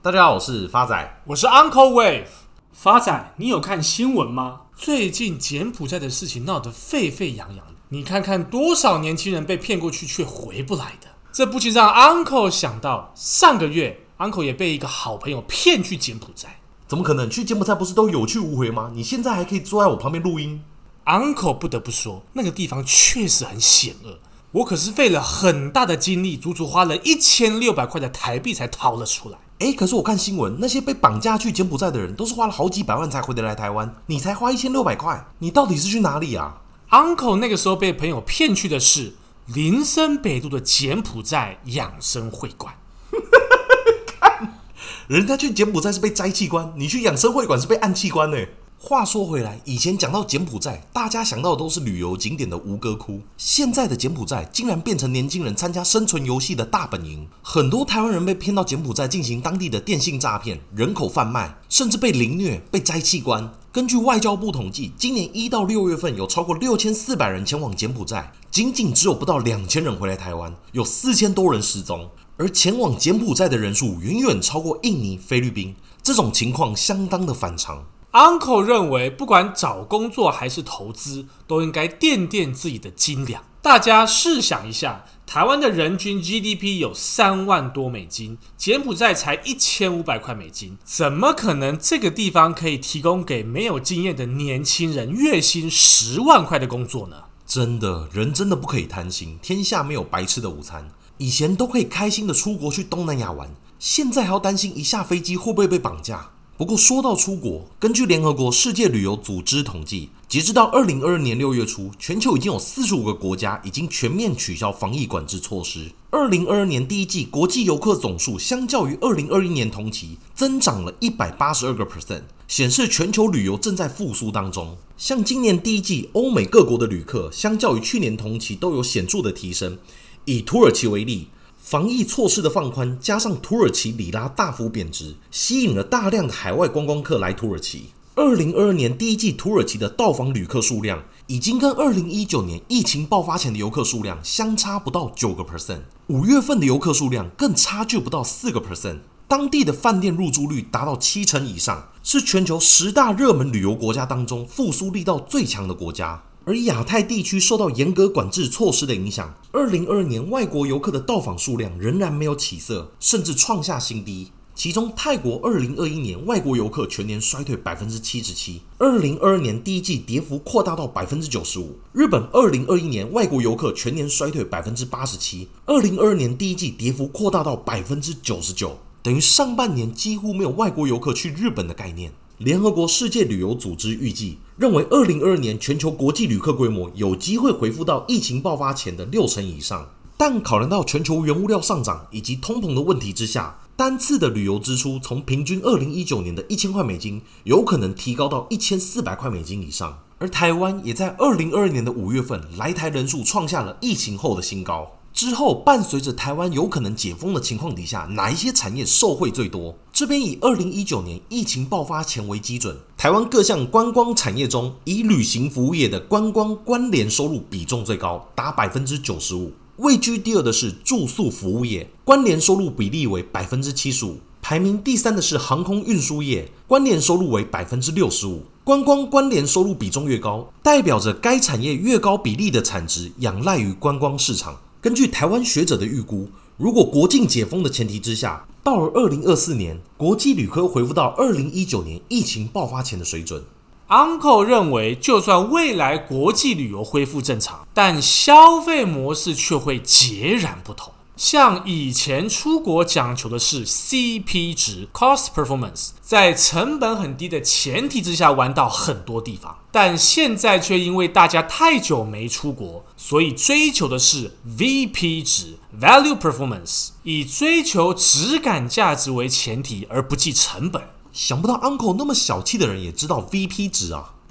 大家好，我是发仔， 我是 Uncle Wave。发仔，你有看新闻吗？最近柬埔寨的事情闹得沸沸扬扬，你看看多少年轻人被骗过去却回不来的。这不禁让 Uncle 想到，上个月 Uncle 也被一个好朋友骗去柬埔寨。 怎么可能？去柬埔寨不是都有去无回吗？你现在还可以坐在我旁边录音。 Uncle 不得不说，那个地方确实很险恶。我可是费了很大的精力，足足花了1600块的台币才逃了出来。 可是我看新闻，那些被绑架去柬埔寨的人都是花了好几百万才回得来台湾，你才花1600块，你到底是去哪里啊？ Uncle 那个时候被朋友骗去的是林森北路的柬埔寨养生会馆。 人家去柬埔寨是被摘器官，你去养生会馆是被按器官呢。话说回来，以前讲到柬埔寨，大家想到的都是旅游景点的吴哥窟，现在的柬埔寨竟然变成年轻人参加生存游戏的大本营。很多台湾人被骗到柬埔寨进行当地的电信诈骗、人口贩卖，甚至被凌虐、被摘器官。根据外交部统计，今年1到6月份有超过6400人前往柬埔寨，仅只有不到2000人回来台湾，有4000多人失踪。而前往柬埔寨的人数远远超过印尼、菲律宾，这种情况相当的反常。 Uncle 认为，不管找工作还是投资，都应该垫垫自己的斤两。大家试想一下，台湾的人均 GDP 有3万多美金，柬埔寨才1500块美金，怎么可能这个地方可以提供给没有经验的年轻人月薪10万块的工作呢？ 真的，人真的不可以贪心，天下没有白吃的午餐。以前都可以开心的出国去东南亚玩，现在还要担心一下飞机会不会被绑架。不过说到出国，根据联合国世界旅游组织统计，截至到2022年6月初，全球已经有45个国家已经全面取消防疫管制措施。2022年第一季国际游客总数相较于2021年同期增长了 182%， 显示全球旅游正在复苏当中。像今年第一季欧美各国的旅客相较于去年同期都有显著的提升。以土耳其为例，防疫措施的放宽，加上土耳其里拉大幅贬值，吸引了大量的海外观光客来土耳其。2022年第一季土耳其的到访旅客数量已经跟2019年疫情爆发前的游客数量相差不到 9%， 5月份的游客数量更差距不到 4%， 当地的饭店入住率达到70%以上，是全球10大热门旅游国家当中复苏力道最强的国家。而亚太地区受到严格管制措施的影响，2022年外国游客的到访数量仍然没有起色，甚至创下新低。其中泰国2021年外国游客全年衰退 77%，2022年第一季跌幅扩大到 95%。日本2021年外国游客全年衰退 87%，2022年第一季跌幅扩大到 99%， 等于上半年几乎没有外国游客去日本的概念。联合国世界旅游组织预计，认为2022年全球国际旅客规模有机会恢复到疫情爆发前的60%以上。但考量到全球原物料上涨以及通膨的问题之下，单次的旅游支出从平均2019年的1000块美金，有可能提高到1400块美金以上。而台湾也在2022年的5月份来台人数创下了疫情后的新高。之后伴随着台湾有可能解封的情况底下，哪一些产业受惠最多？这边以2019年疫情爆发前为基准，台湾各项观光产业中，以旅行服务业的观光关联收入比重最高，达 95%。位居第二的是住宿服务业，关联收入比例为 75%。排名第三的是航空运输业，关联收入为 65%。观光关联收入比重越高，代表着该产业越高比例的产值仰赖于观光市场。根据台湾学者的预估，如果国境解封的前提之下，到了2024年，国际旅客恢复到2019年疫情爆发前的水准。 Uncle 认为，就算未来国际旅游恢复正常，但消费模式却会截然不同。像以前出国讲求的是 CP 值 Cost Performance， 在成本很低的前提之下玩到很多地方，但现在却因为大家太久没出国，所以追求的是 VP 值 Value Performance， 以追求质感价值为前提而不计成本。 想不到 Uncle 那么小气的人也知道 VP 值啊。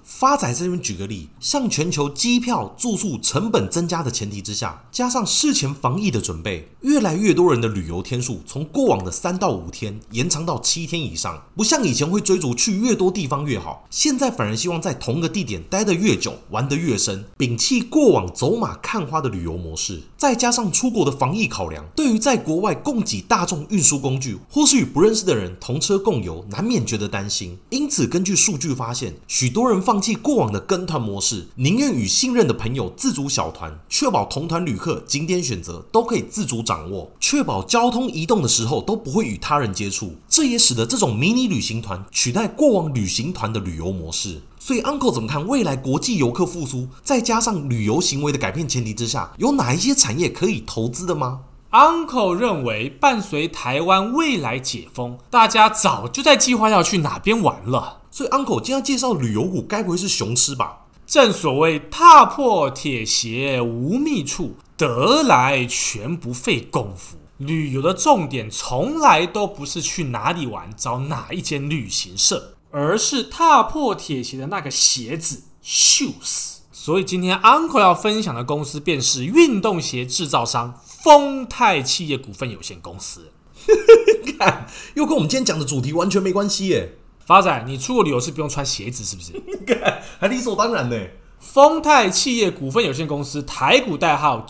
发仔在这边举个例，像全球机票、住宿成本增加的前提之下，加上事前防疫的准备，越来越多人的旅游天数从过往的3到5天延长到7天以上。不像以前会追逐去越多地方越好，现在反而希望在同个地点待得越久，玩得越深，摒弃过往走马看花的旅游模式。再加上出国的防疫考量，对于在国外供给大众运输工具，或是与不认识的人同车共游，难免觉得担心。因此根据数据发现，许多人放弃过往的跟团模式，宁愿与信任的朋友自组小团，确保同团旅客景点选择都可以自主掌握，确保交通移动的时候都不会与他人接触。这也使得这种迷你旅行团取代过往旅行团的旅游模式。所以 Uncle 怎么看未来国际游客复苏，再加上旅游行为的改变前提之下，有哪一些产业可以投资的吗 ？Uncle 认为，伴随台湾未来解封，大家早就在计划要去哪边玩了。 所以 Uncle 今天要介绍旅游股，该不会是雄狮吧？ 正所谓踏破铁鞋无觅处，得来全不费工夫。旅游的重点从来都不是去哪里玩，找哪一间旅行社，而是踏破铁鞋的那个鞋子 shoes。所以今天 Uncle 要分享的公司便是运动鞋制造商丰泰企业股份有限公司。 看，又跟我们今天讲的主题完全没关系耶。 发仔，你出国旅游是不用穿鞋子是不是？ 还理所当然呢。 丰泰企业股份有限公司台股代号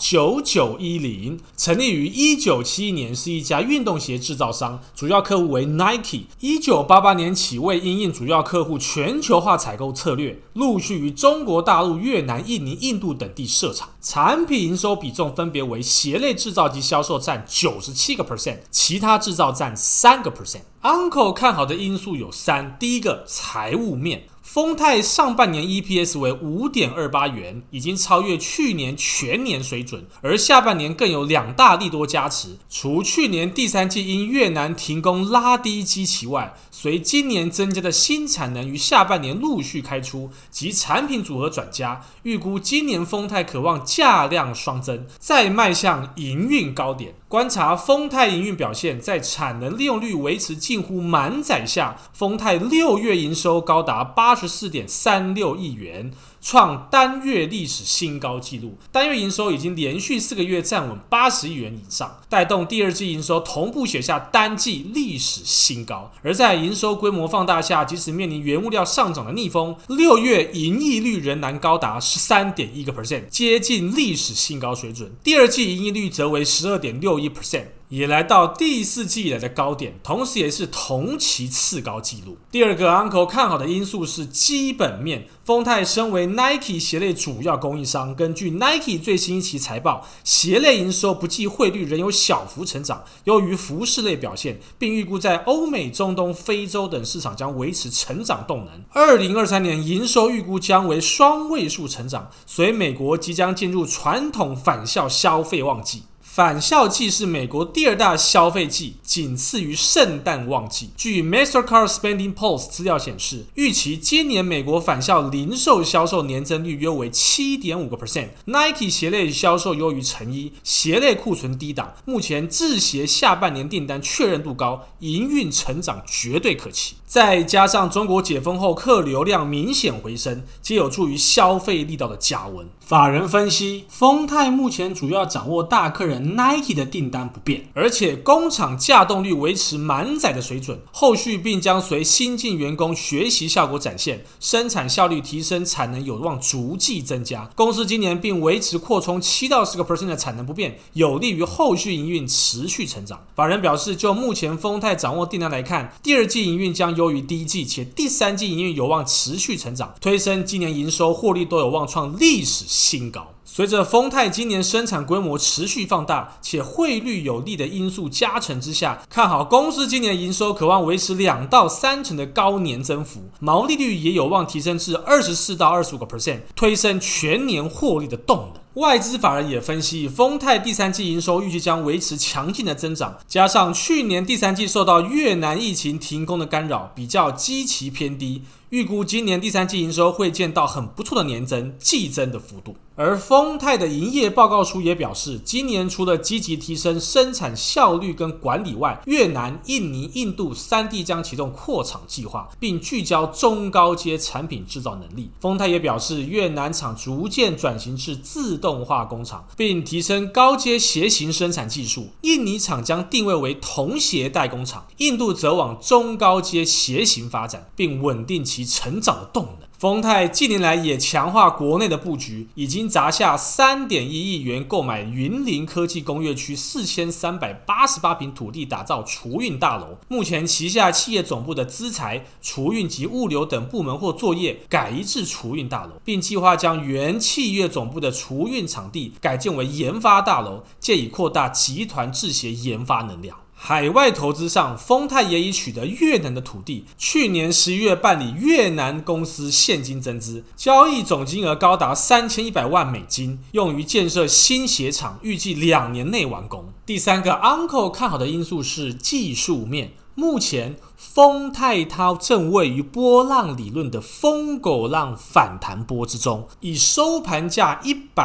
9910，成立于1971年，是一家运动鞋制造商，主要客户为 Nike。1988年起，为因应主要客户全球化采购策略，陆续于中国大陆、越南、印尼、印度等地设厂。产品营收比重分别为鞋类制造及销售占 97%， 其他制造占 3%。Uncle 看好的因素有3，第一个，财务面。丰泰上半年 EPS 为 5.28 元，已经超越去年全年水准，而下半年更有2大利多加持。除去年第3季因越南停工拉低基期外，随今年增加的新产能于下半年陆续开出及产品组合转佳，预估今年丰泰可望价量双增，再迈向营运高点。观察丰泰营运表现，在产能利用率维持近乎满载下，丰泰6月营收高达 84.36 亿元，创单月历史新高纪录，单月营收已经连续4个月站稳80亿元以上，带动第二季营收同步写下单季历史新高。而在营收规模放大下，即使面临原物料上涨的逆风，6月盈利率仍然高达 13.1%， 接近历史新高水准。第二季盈利率则为 12.61%。也来到第4季以来的高点，同时也是同期次高纪录。第二个 Uncle 看好的因素是基本面。丰泰身为 Nike 鞋类主要供应商，根据 Nike 最新一期财报，鞋类营收不计汇率仍有小幅成长，优于服饰类表现，并预估在欧美、中东、非洲等市场将维持成长动能。2023年营收预估将为双位数成长，随美国即将进入传统返校消费旺季。返校季是美国第2大消费季，仅次于圣诞旺季。据 Mastercard Spending Pulse 资料显示，预期今年美国返校零售销售年增率约为 7.5%。Nike 鞋类销售优于成衣，鞋类库存低档，目前制鞋下半年订单确认度高，营运成长绝对可期。再加上中国解封后客流量明显回升，皆有助于消费力道的加温。法人分析，丰泰目前主要掌握大客人 Nike 的订单不变，而且工厂架动率维持满载的水准，后续并将随新进员工学习效果展现，生产效率提升，产能有望逐季增加。公司今年并维持扩充7到10% 的产能不变，有利于后续营运持续成长。法人表示，就目前丰泰掌握订单来看，第2季营运将优于第1季，且第3季营运有望持续成长，推升今年营收获利都有望创历史新高。随着丰泰今年生产规模持续放大，且汇率有利的因素加成之下，看好公司今年营收可望维持2到3成的高年增幅，毛利率也有望提升至24到25%，推升全年获利的动能。 外资法人也分析，丰泰第三季营收预计将维持强劲的增长，加上去年第三季受到越南疫情停工的干扰，比较基期偏低，预估今年第三季营收会见到很不错的年增、季增的幅度。而丰泰的营业报告书也表示，今年除了积极提升生产效率跟管理外，越南、印尼、印度3地将启动扩厂计划，并聚焦中高阶产品制造能力。丰泰也表示，越南厂逐渐转型至自动化工厂，并提升高阶鞋型生产技术。印尼厂将定位为童鞋代工厂，印度则往中高阶鞋型发展，并稳定其成长的动能。丰泰近年来也强化国内的布局，已经砸下3.1亿元购买云林科技工业区4388坪土地，打造储运大楼。目前旗下企业总部的资材、储运及物流等部门或作业改移至储运大楼，并计划将原企业总部的储运场地改建为研发大楼，借以扩大集团制鞋研发能量。海外投资上，丰泰也已取得越南的土地，去年11月办理越南公司现金增资，交易总金额高达3100万美金，用于建设新鞋厂，预计2年内完工。第三个 Uncle 看好的因素是技术面。目前丰泰它正位于波浪理论的疯狗浪反弹波之中，以收盘价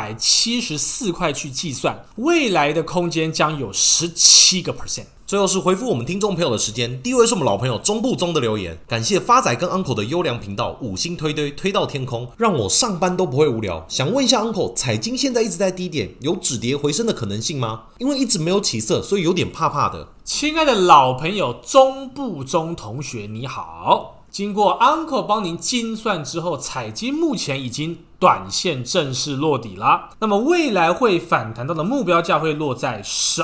174块去计算，未来的空间将有17%。 最后是回复我们听众朋友的时间，第一位是我们老朋友中部中的留言，感谢发仔跟 Uncle 的优良频道5星推到天空，让我上班都不会无聊。想问一下 Uncle， 彩金现在一直在低点，有止跌回升的可能性吗？因为一直没有起色，所以有点怕怕的。 亲爱的老朋友中部中同学你好，经过 Uncle 帮您精算之后，彩金目前已经短线正式落底啦，那么未来会反弹到的目标价会落在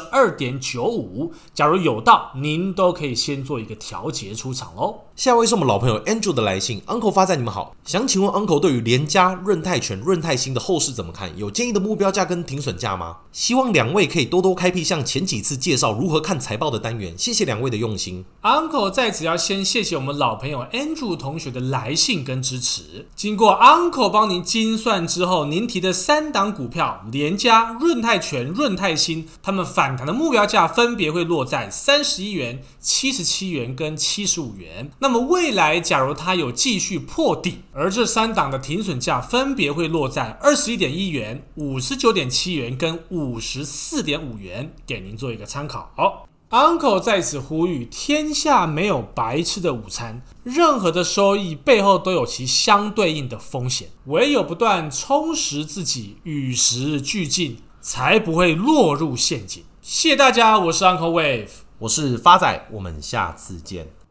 12.95， 假如有到，您都可以先做一个调节出场哦。 下位是我们老朋友 Andrew 的来信 ，Uncle 发仔你们好，想请问 Uncle 对于联嘉、润泰全、润泰新的后市怎么看？有建议的目标价跟停损价吗？希望两位可以多多开辟像前几次介绍如何看财报的单元，谢谢两位的用心。 Uncle 在此要先谢谢我们老朋友 Andrew 同学的来信跟支持。经过 Uncle 帮您精算之后，您提的3档股票联嘉、润泰全、润泰新，他们反弹的目标价分别会落在31元、77元跟75元。那么未来假如它有继续破底，而这3档的停损价分别会落在 21.1 元、59.7 元跟 54.5 元，给您做一个参考。Uncle 在此呼吁，天下没有白吃的午餐，任何的收益背后都有其相对应的风险，唯有不断充实自己，与时俱进，才不会落入陷阱。谢谢大家，我是 Uncle Wave， 我是发仔，我们下次见。